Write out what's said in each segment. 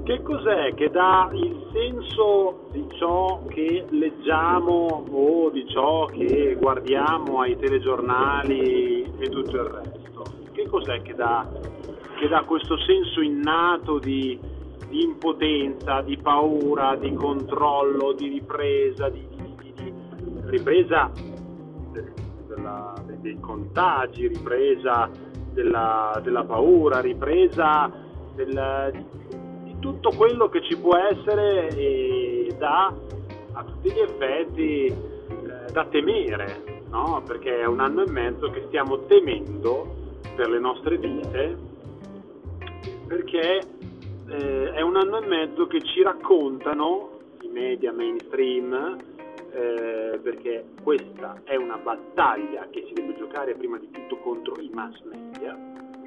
Che cos'è che dà il senso di ciò che leggiamo o di ciò che guardiamo ai telegiornali e tutto il resto? Che cos'è che dà questo senso innato di impotenza, di paura, di controllo, di ripresa, di ripresa dei contagi, ripresa della paura, ripresa di tutto quello che ci può essere e dà a tutti gli effetti da temere, no? Perché è un anno e mezzo che stiamo temendo per le nostre vite, perché è un anno e mezzo che ci raccontano i media mainstream, perché questa è una battaglia che si deve giocare prima di tutto contro i mass media,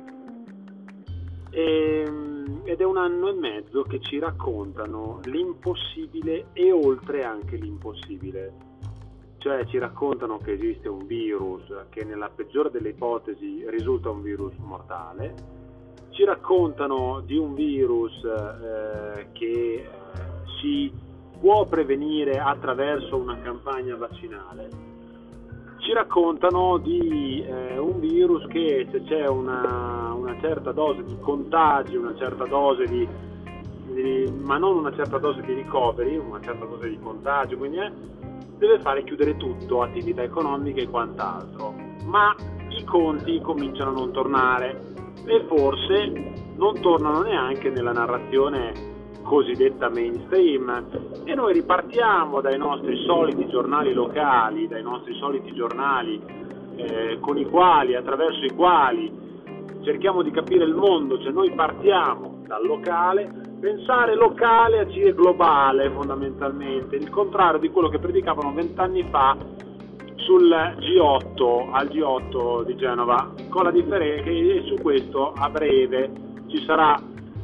ed è un anno e mezzo che ci raccontano l'impossibile e oltre anche l'impossibile. Cioè ci raccontano che esiste un virus che nella peggiore delle ipotesi risulta un virus mortale, ci raccontano di un virus che si può prevenire attraverso una campagna vaccinale, ci raccontano di un virus che se c'è una certa dose di contagi, una certa dose ma non una certa dose di ricoveri, una certa dose di contagio, quindi deve fare chiudere tutto, attività economiche e quant'altro, ma i conti cominciano a non tornare e forse non tornano neanche nella narrazione cosiddetta mainstream, e noi ripartiamo dai nostri soliti giornali locali, dai nostri soliti giornali con i quali, attraverso i quali cerchiamo di capire il mondo, cioè noi partiamo dal locale, pensare locale agire globale fondamentalmente, il contrario di quello che predicavano 20 anni fa sul G8, al G8 di Genova, con la differenza che su questo a breve ci sarà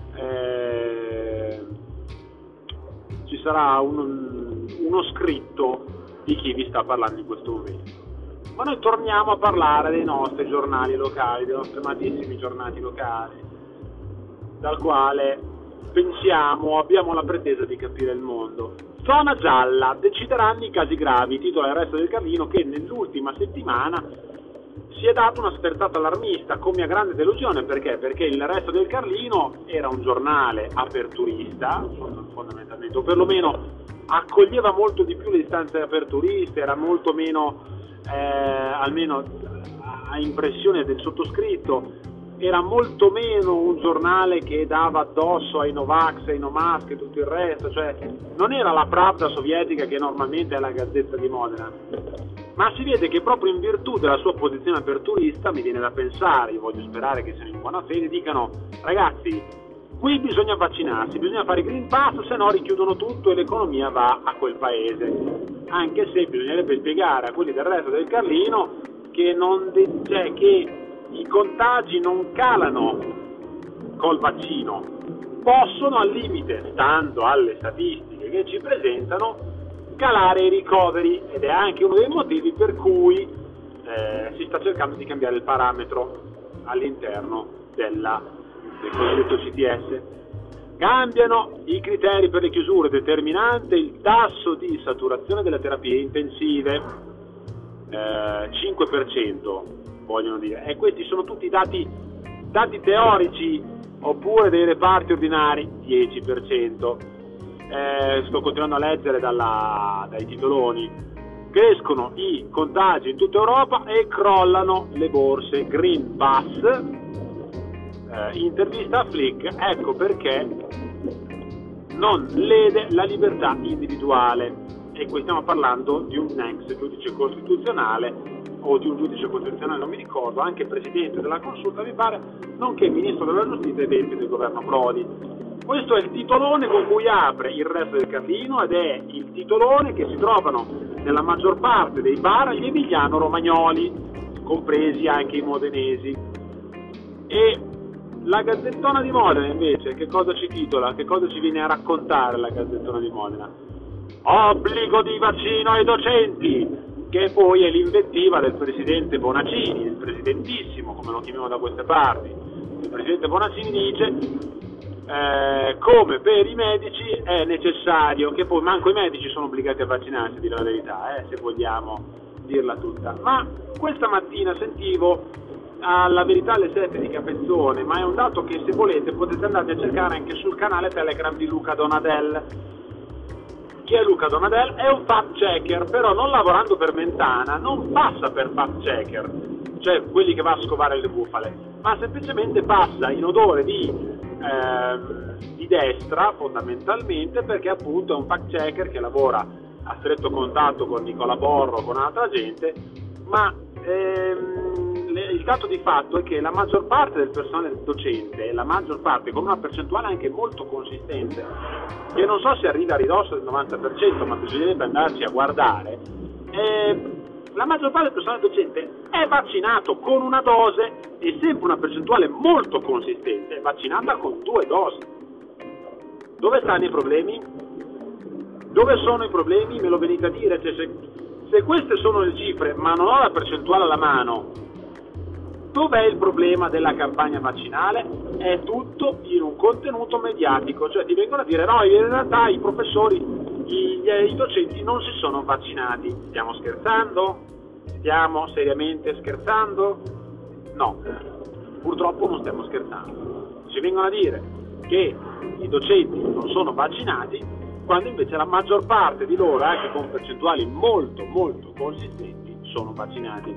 uno scritto di chi vi sta parlando in questo momento. Ma noi torniamo a parlare dei nostri giornali locali, dei nostri amatissimi giornali locali, dal quale abbiamo la pretesa di capire il mondo. Zona gialla, decideranno i casi gravi, titola Il Resto del Carlino, che nell'ultima settimana si è dato una sferzata allarmista, con mia grande delusione. Perché? Perché Il Resto del Carlino era un giornale aperturista, fondamentalmente, o perlomeno accoglieva molto di più le istanze aperturiste, era molto meno, almeno a impressione del sottoscritto, era molto meno un giornale che dava addosso ai Novax, ai Nomask e tutto il resto, cioè non era la Pravda sovietica che normalmente è la Gazzetta di Modena, ma si vede che proprio in virtù della sua posizione aperturista, mi viene da pensare, io voglio sperare che siano in buona fede, dicano: ragazzi, qui bisogna vaccinarsi, bisogna fare Green Pass, se no richiudono tutto e l'economia va a quel paese. Anche se bisognerebbe spiegare a quelli del Resto del Carlino che i contagi non calano col vaccino, possono al limite, stando alle statistiche che ci presentano, calare i ricoveri, ed è anche uno dei motivi per cui si sta cercando di cambiare il parametro all'interno del cosiddetto CTS. Cambiano i criteri per le chiusure, determinante il tasso di saturazione delle terapie intensive, 5% vogliono dire, e questi sono tutti dati teorici, oppure dei reparti ordinari 10%. Sto continuando a leggere dai titoloni. Crescono i contagi in tutta Europa e crollano le borse. Green Pass, intervista a Flick, ecco perché non lede la libertà individuale. E qui stiamo parlando di un ex giudice costituzionale, o di un giudice costituzionale, non mi ricordo, anche presidente della Consulta mi pare, nonché ministro della giustizia ai tempi del governo Prodi. Questo è il titolone con cui apre Il Resto del Carlino, ed è il titolone che si trovano nella maggior parte dei bar gli emiliano-romagnoli, compresi anche i modenesi. E la Gazzettona di Modena invece che cosa ci titola? Che cosa ci viene a raccontare la Gazzettona di Modena? Obbligo di vaccino ai docenti, che poi è l'inventiva del presidente Bonaccini, il presidentissimo come lo chiamiamo da queste parti. Il presidente Bonaccini dice: come per i medici è necessario, che poi manco i medici sono obbligati a vaccinarsi, a dire la verità, se vogliamo dirla tutta. Ma questa mattina sentivo alla verità alle 7 di Capezzone, ma è un dato che se volete potete andare a cercare anche sul canale Telegram di Luca Donadel. Chi è Luca Donadel? È un fact checker, però non lavorando per Mentana, non passa per fact checker, cioè quelli che va a scovare le bufale, ma semplicemente passa in odore di destra fondamentalmente, perché appunto è un fact checker che lavora a stretto contatto con Nicola Borro, con altra gente, ma il dato di fatto è che la maggior parte del personale docente, la maggior parte con una percentuale anche molto consistente, che non so se arriva a ridosso del 90%, ma bisognerebbe andarci a guardare, la maggior parte del personale docente è vaccinato con una dose e sempre una percentuale molto consistente è vaccinata con 2 dosi. Dove stanno i problemi? Dove sono i problemi? Me lo venite a dire? Cioè, se queste sono le cifre, ma non ho la percentuale alla mano, dov'è il problema della campagna vaccinale? È tutto in un contenuto mediatico, cioè ti vengono a dire no, in realtà i professori, i docenti non si sono vaccinati. Stiamo scherzando? Stiamo seriamente scherzando? No, purtroppo non stiamo scherzando. Ci vengono a dire che i docenti non sono vaccinati, quando invece la maggior parte di loro, anche con percentuali molto molto consistenti, sono vaccinati.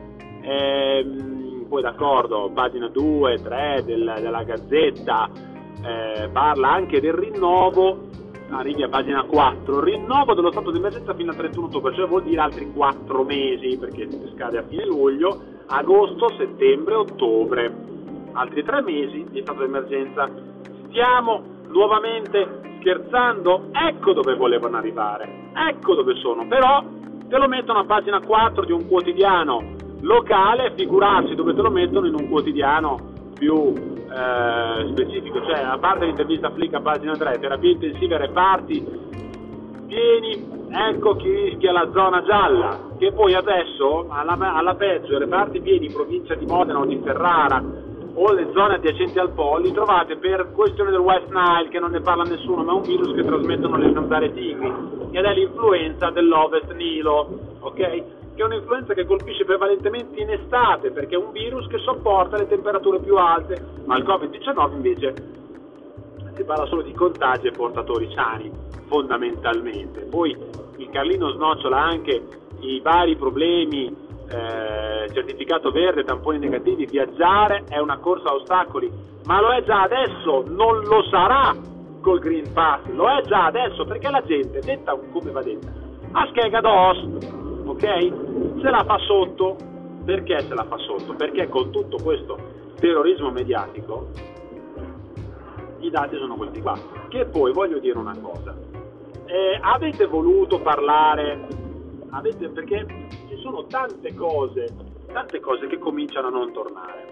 Poi d'accordo, pagina 2, 3 della Gazzetta parla anche del rinnovo, arrivi a pagina 4, rinnovo dello stato di emergenza fino al 31 ottobre, cioè vuol dire altri 4 mesi, perché scade a fine luglio, agosto, settembre, ottobre, altri 3 mesi di stato di emergenza. Stiamo nuovamente scherzando? Ecco dove volevano arrivare, ecco dove sono, però te lo mettono a pagina 4 di un quotidiano locale, figurarsi dove te lo mettono in un quotidiano più specifico, cioè a parte l'intervista a Flick a pagina 3, terapie intensive, reparti pieni, ecco chi rischia la zona gialla, che poi adesso alla peggio i reparti pieni in provincia di Modena o di Ferrara o le zone adiacenti al Po li trovate per questione del West Nile, che non ne parla nessuno, ma è un virus che trasmettono le zanzare tigri, ed è l'influenza dell'Ovest Nilo, ok? Che è un'influenza che colpisce prevalentemente in estate, perché è un virus che sopporta le temperature più alte, ma il Covid-19 invece si parla solo di contagi e portatori sani, fondamentalmente. Poi il Carlino snocciola anche i vari problemi, certificato verde, tamponi negativi, viaggiare è una corsa a ostacoli, ma lo è già adesso, non lo sarà col Green Pass, lo è già adesso, perché la gente, detta come va detta, a schega d'os, ok? Se la fa sotto. Perché se la fa sotto? Perché con tutto questo terrorismo mediatico i dati sono questi qua. Che poi voglio dire una cosa, avete voluto parlare, perché ci sono tante cose che cominciano a non tornare,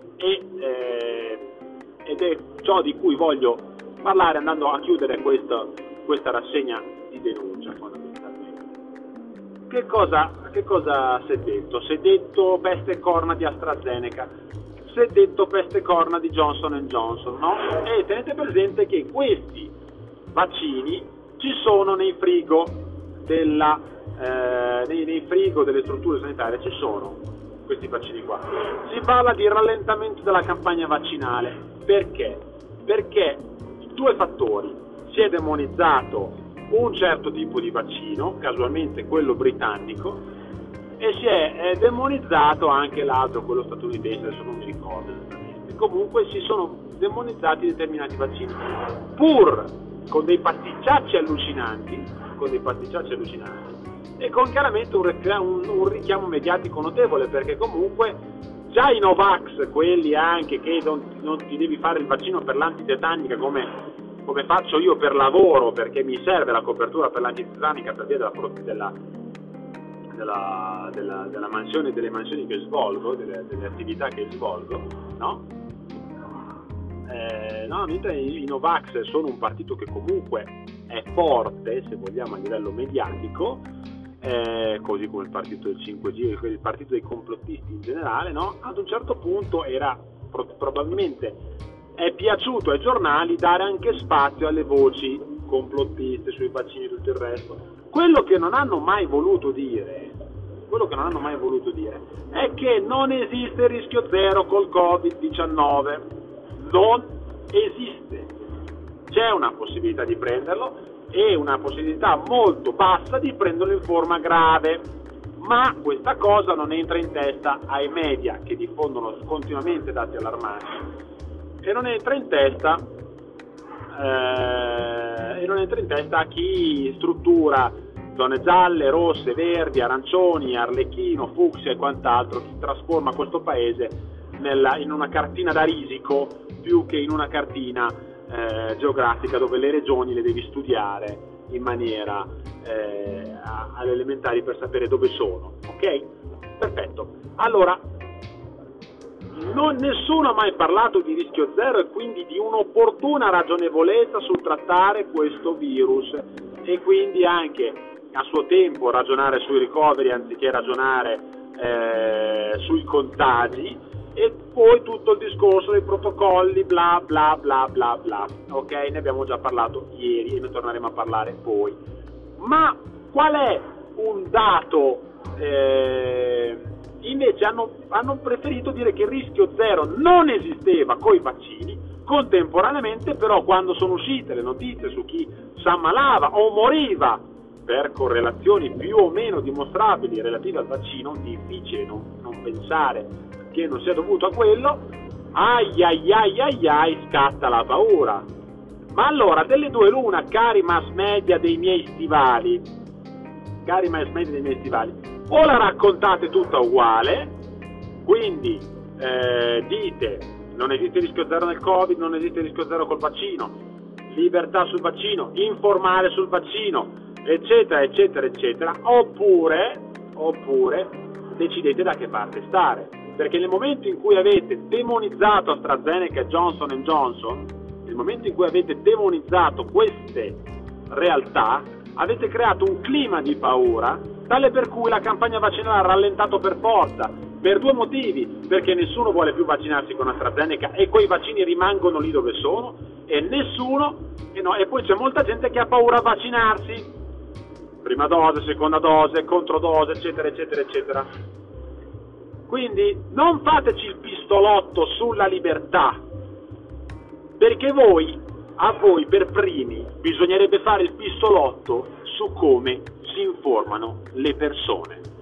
ed è ciò di cui voglio parlare andando a chiudere questa rassegna di denuncia fondamentalmente. Che cosa si è detto? Si è detto peste e corna di AstraZeneca, si è detto peste e corna di Johnson & Johnson, no? E tenete presente che questi vaccini ci sono nei frigo nei frigo delle strutture sanitarie, ci sono questi vaccini qua. Si parla di rallentamento della campagna vaccinale. Perché? Perché 2 fattori: si è demonizzato un certo tipo di vaccino, casualmente quello britannico, e si è demonizzato anche l'altro, quello statunitense, adesso non mi ricordo esattamente. Comunque si sono demonizzati determinati vaccini, pur con dei pasticciacci allucinanti, e con chiaramente un richiamo mediatico notevole, perché comunque già i Novax, quelli anche che non ti devi fare il vaccino per l'antitetanica come faccio io per lavoro, perché mi serve la copertura per l'antitetanica per via delle mansioni che svolgo, delle attività che svolgo, no? Mentre i Novax sono un partito che comunque è forte, se vogliamo, a livello mediatico, così come il partito del 5G, il partito dei complottisti in generale, no? Ad un certo punto era probabilmente è piaciuto ai giornali dare anche spazio alle voci complottiste sui vaccini e tutto il resto. Quello che non hanno mai voluto dire è che non esiste rischio zero col Covid-19, non esiste. C'è una possibilità di prenderlo e una possibilità molto bassa di prenderlo in forma grave, ma questa cosa non entra in testa ai media che diffondono continuamente dati allarmanti e non entra in testa a chi struttura zone gialle, rosse, verdi, arancioni, arlecchino, fucsia e quant'altro, chi trasforma questo paese in una cartina da risico più che in una cartina geografica dove le regioni le devi studiare in maniera alle elementari per sapere dove sono. Ok? Perfetto. Allora, nessuno ha mai parlato di rischio zero e quindi di un'opportuna ragionevolezza sul trattare questo virus e quindi anche a suo tempo ragionare sui ricoveri anziché ragionare sui contagi, e poi tutto il discorso dei protocolli bla bla bla bla bla. Ok, ne abbiamo già parlato ieri e ne torneremo a parlare poi. Ma qual è un dato? Invece hanno preferito dire che il rischio zero non esisteva coi vaccini. Contemporaneamente però, quando sono uscite le notizie su chi si ammalava o moriva per correlazioni più o meno dimostrabili relative al vaccino, difficile non pensare che non sia dovuto a quello, scatta la paura. Ma allora, delle due l'una, cari mass media dei miei stivali, o la raccontate tutta uguale, quindi dite non esiste rischio zero nel Covid, non esiste rischio zero col vaccino, libertà sul vaccino, informare sul vaccino, eccetera eccetera eccetera, oppure decidete da che parte stare, perché nel momento in cui avete demonizzato AstraZeneca e Johnson Johnson, nel momento in cui avete demonizzato queste realtà, avete creato un clima di paura tale per cui la campagna vaccinale ha rallentato per forza, per due motivi: perché nessuno vuole più vaccinarsi con AstraZeneca e quei vaccini rimangono lì dove sono, e poi c'è molta gente che ha paura a vaccinarsi, prima dose, seconda dose, controdose, eccetera eccetera eccetera. Quindi non fateci il pistolotto sulla libertà, perché a voi per primi bisognerebbe fare il pistolotto su come si informano le persone.